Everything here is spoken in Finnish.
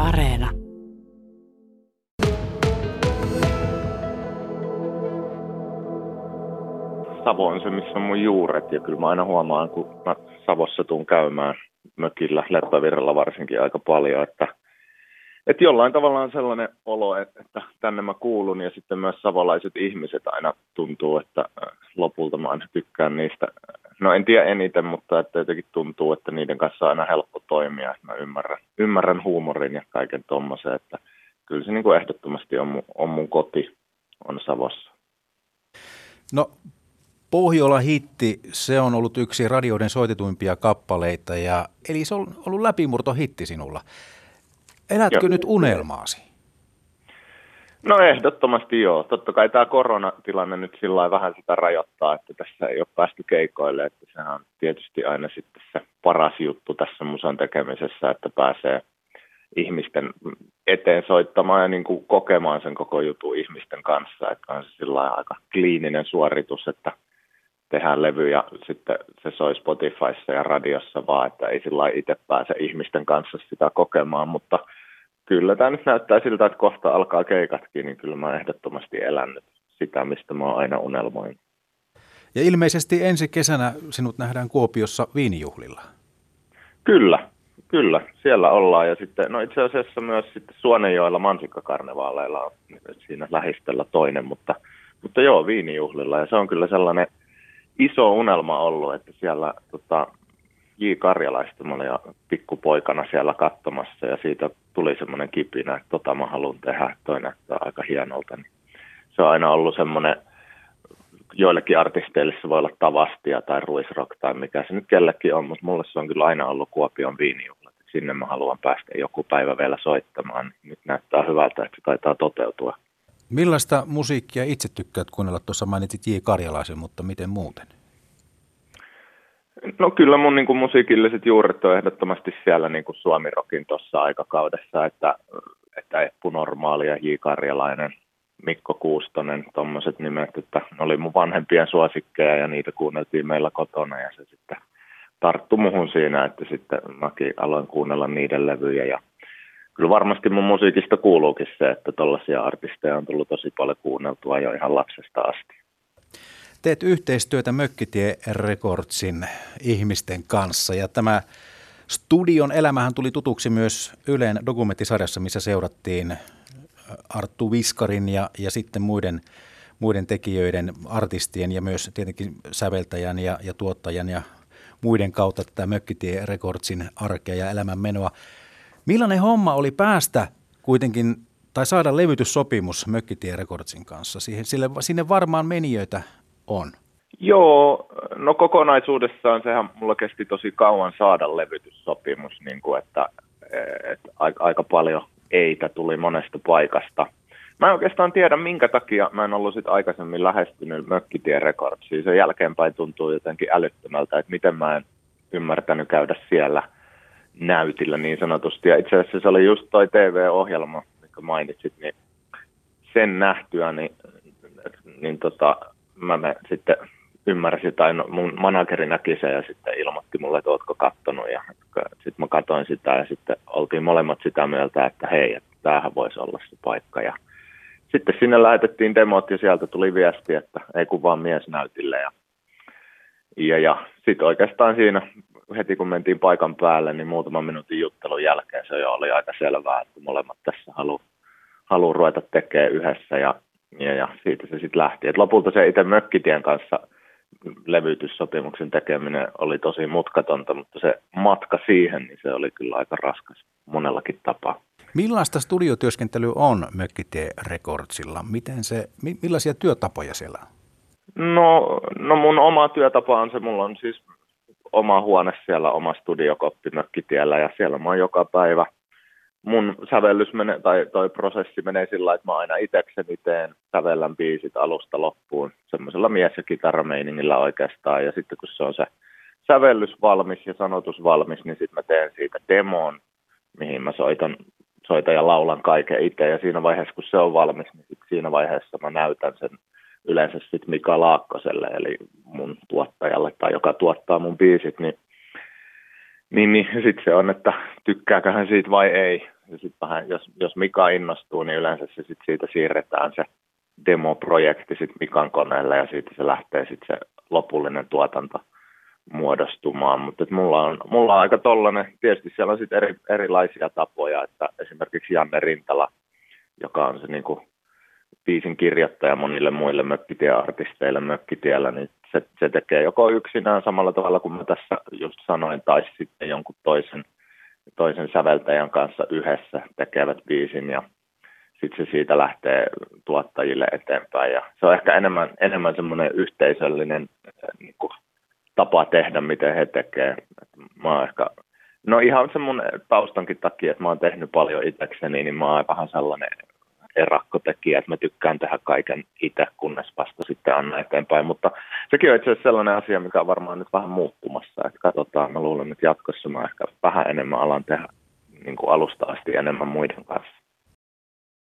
Areena. Savo on se, missä on mun juuret, ja kyllä mä aina huomaan, kun mä Savossa tuun käymään mökillä, Leppävirralla varsinkin aika paljon, että jollain tavalla on sellainen olo, että tänne mä kuulun, ja sitten myös savolaiset ihmiset aina tuntuu, että lopulta mä aina tykkään niistä, no en tiedä eniten, mutta että jotenkin tuntuu, että niiden kanssa on aina helppo toimia, että mä ymmärrän huumorin ja kaiken tommoisen, että kyllä se niin kuin ehdottomasti on mun koti, on Savossa. No, Pohjola-hitti, se on ollut yksi radioiden soitetuimpia kappaleita, eli se on ollut läpimurtohitti sinulla. Elätkö nyt unelmaasi? No ehdottomasti joo. Totta kai tämä koronatilanne nyt sillä lailla vähän sitä rajoittaa, että tässä ei ole päästy keikoille, että sehän on tietysti aina sitten se paras juttu tässä musan tekemisessä, että pääsee ihmisten eteen soittamaan ja niin kuin kokemaan sen koko jutun ihmisten kanssa, että on se sillä lailla aika kliininen suoritus, että tehdään levy ja sitten se soi Spotifyssa ja radiossa vaan, että ei sillä lailla itse pääse ihmisten kanssa sitä kokemaan, mutta kyllä tämä nyt näyttää siltä, että kohta alkaa keikatkin, niin kyllä mä oon ehdottomasti elänyt sitä, mistä mä oon aina unelmoinut. Ja ilmeisesti ensi kesänä sinut nähdään Kuopiossa viinijuhlilla. Kyllä, siellä ollaan ja sitten, no itse asiassa myös sitten Suonenjoella mansikkakarnevaaleilla on siinä lähistöllä toinen, mutta joo, viinijuhlilla ja se on kyllä sellainen iso unelma ollut, että siellä J. Karjalaista mä olin jo pikkupoikana siellä katsomassa ja siitä tuli semmoinen kipinä, että mä haluan tehdä, toi näyttää aika hienolta. Niin se on aina ollut semmoinen, joillekin artisteille se voi olla Tavastia tai Ruisrock tai mikä se nyt kellekin on, mutta mulle se on kyllä aina ollut Kuopion viinijuhlat. Sinne mä haluan päästä joku päivä vielä soittamaan. Nyt näyttää hyvältä, että se taitaa toteutua. Millaista musiikkia itse tykkäät kuunnella? Tuossa mainitsit J. Karjalaisen, mutta miten muuten? No kyllä mun niin kuin musiikilliset juuret on ehdottomasti siellä niin kuin Suomi-rockin tuossa aikakaudessa, että Eppu Normaali ja J. Karjalainen, Mikko Kuustonen, tommoset nimet, että oli mun vanhempien suosikkeja ja niitä kuunneltiin meillä kotona ja se sitten tarttui muhun siinä, että sitten mäkin aloin kuunnella niiden levyjä ja kyllä varmasti mun musiikista kuuluukin se, että tollaisia artisteja on tullut tosi paljon kuunneltua jo ihan lapsesta asti. Teet yhteistyötä Mökkitie Recordsin ihmisten kanssa ja tämä studion elämähän tuli tutuksi myös Ylen dokumenttisarjassa, missä seurattiin Arttu Viskarin ja sitten muiden tekijöiden, artistien ja myös tietenkin säveltäjän ja tuottajan ja muiden kautta tätä Mökkitie Recordsin arkea ja elämänmenoa. Millainen homma oli päästä kuitenkin tai saada levytyssopimus Mökkitie Recordsin kanssa? Sinne varmaan menijöitä on. Joo, no kokonaisuudessaan sehän mulla kesti tosi kauan saada levytyssopimus, niin kuin että aika paljon eitä tuli monesta paikasta. Mä en oikeastaan tiedä, minkä takia mä en ollut sit aikaisemmin lähestynyt Mökkitie Recordsia. Sen jälkeenpäin tuntuu jotenkin älyttömältä, että miten mä en ymmärtänyt käydä siellä näytillä niin sanotusti. Ja itse asiassa se oli just toi TV-ohjelma, mikä mainitsit, niin sen nähtyä, niin mä sitten ymmärsin, tai mun manageri näki sen ja sitten ilmoitti mulle, että ootko kattonut. Ja sitten mä katsoin sitä ja sitten oltiin molemmat sitä mieltä, että hei, että tämähän voisi olla se paikka. Ja sitten sinne lähetettiin demot ja sieltä tuli viesti, että ei kun vaan mies näytille. Ja sitten oikeastaan siinä heti kun mentiin paikan päälle, niin muutaman minuutin juttelun jälkeen se jo oli aika selvää, että molemmat tässä haluaa ruveta tekemään yhdessä ja siitä se sitten lähti. Et lopulta se itse Mökkitien kanssa levytyssopimuksen tekeminen oli tosi mutkatonta, mutta se matka siihen, niin se oli kyllä aika raskas monellakin tapaa. Millaista studiotyöskentely on Mökkitie Recordsilla? Millaisia työtapoja siellä on? No mun oma työtapa on se, mulla on siis oma huone siellä, oma studiokoppi Mökkitiellä ja siellä mä oon joka päivä. Mun sävellys toi prosessi menee sillä lailla, että mä aina itekseni teen sävellän biisit alusta loppuun semmoisella mies- ja kitarameiningillä oikeastaan. Ja sitten kun se on se sävellys valmis ja sanotus valmis, niin sitten mä teen siitä demon, mihin mä soitan ja laulan kaiken itse. Ja siinä vaiheessa, kun se on valmis, niin sit siinä vaiheessa mä näytän sen yleensä sitten Mika Laakkoselle, eli mun tuottajalle tai joka tuottaa mun biisit, niin sitten se on, että tykkääkö hän siitä vai ei. Ja sitten vähän, jos Mika innostuu, niin yleensä se sit siitä siirretään se demoprojekti sit Mikan koneelle ja siitä se lähtee sitten se lopullinen tuotanto muodostumaan. Mutta mulla on aika tollainen, tietysti siellä on sitten erilaisia tapoja, että esimerkiksi Janne Rintala, joka on se niinku biisin kirjoittaja monille muille mökkitieartisteille mökkitiellä, niin se tekee joko yksinään samalla tavalla kuin mä tässä just sanoin, tai sitten jonkun toisen säveltäjän kanssa yhdessä tekevät biisin, ja sitten se siitä lähtee tuottajille eteenpäin. Ja se on ehkä enemmän semmoinen yhteisöllinen niin kuin tapa tehdä, miten he tekee. Mä oon ehkä, no ihan semmoinen taustankin takia, että mä oon tehnyt paljon itsekseni, niin mä oon vähän sellainen erakkotekijä, että mä tykkään tehdä kaiken itse, kunnes vasta sitten anna eteenpäin. Mutta sekin on itse asiassa sellainen asia, mikä on varmaan nyt vähän muuttumassa. Että katsotaan, mä luulen, että jatkossa mä ehkä vähän enemmän alan tehdä niin kuin alusta asti enemmän muiden kanssa.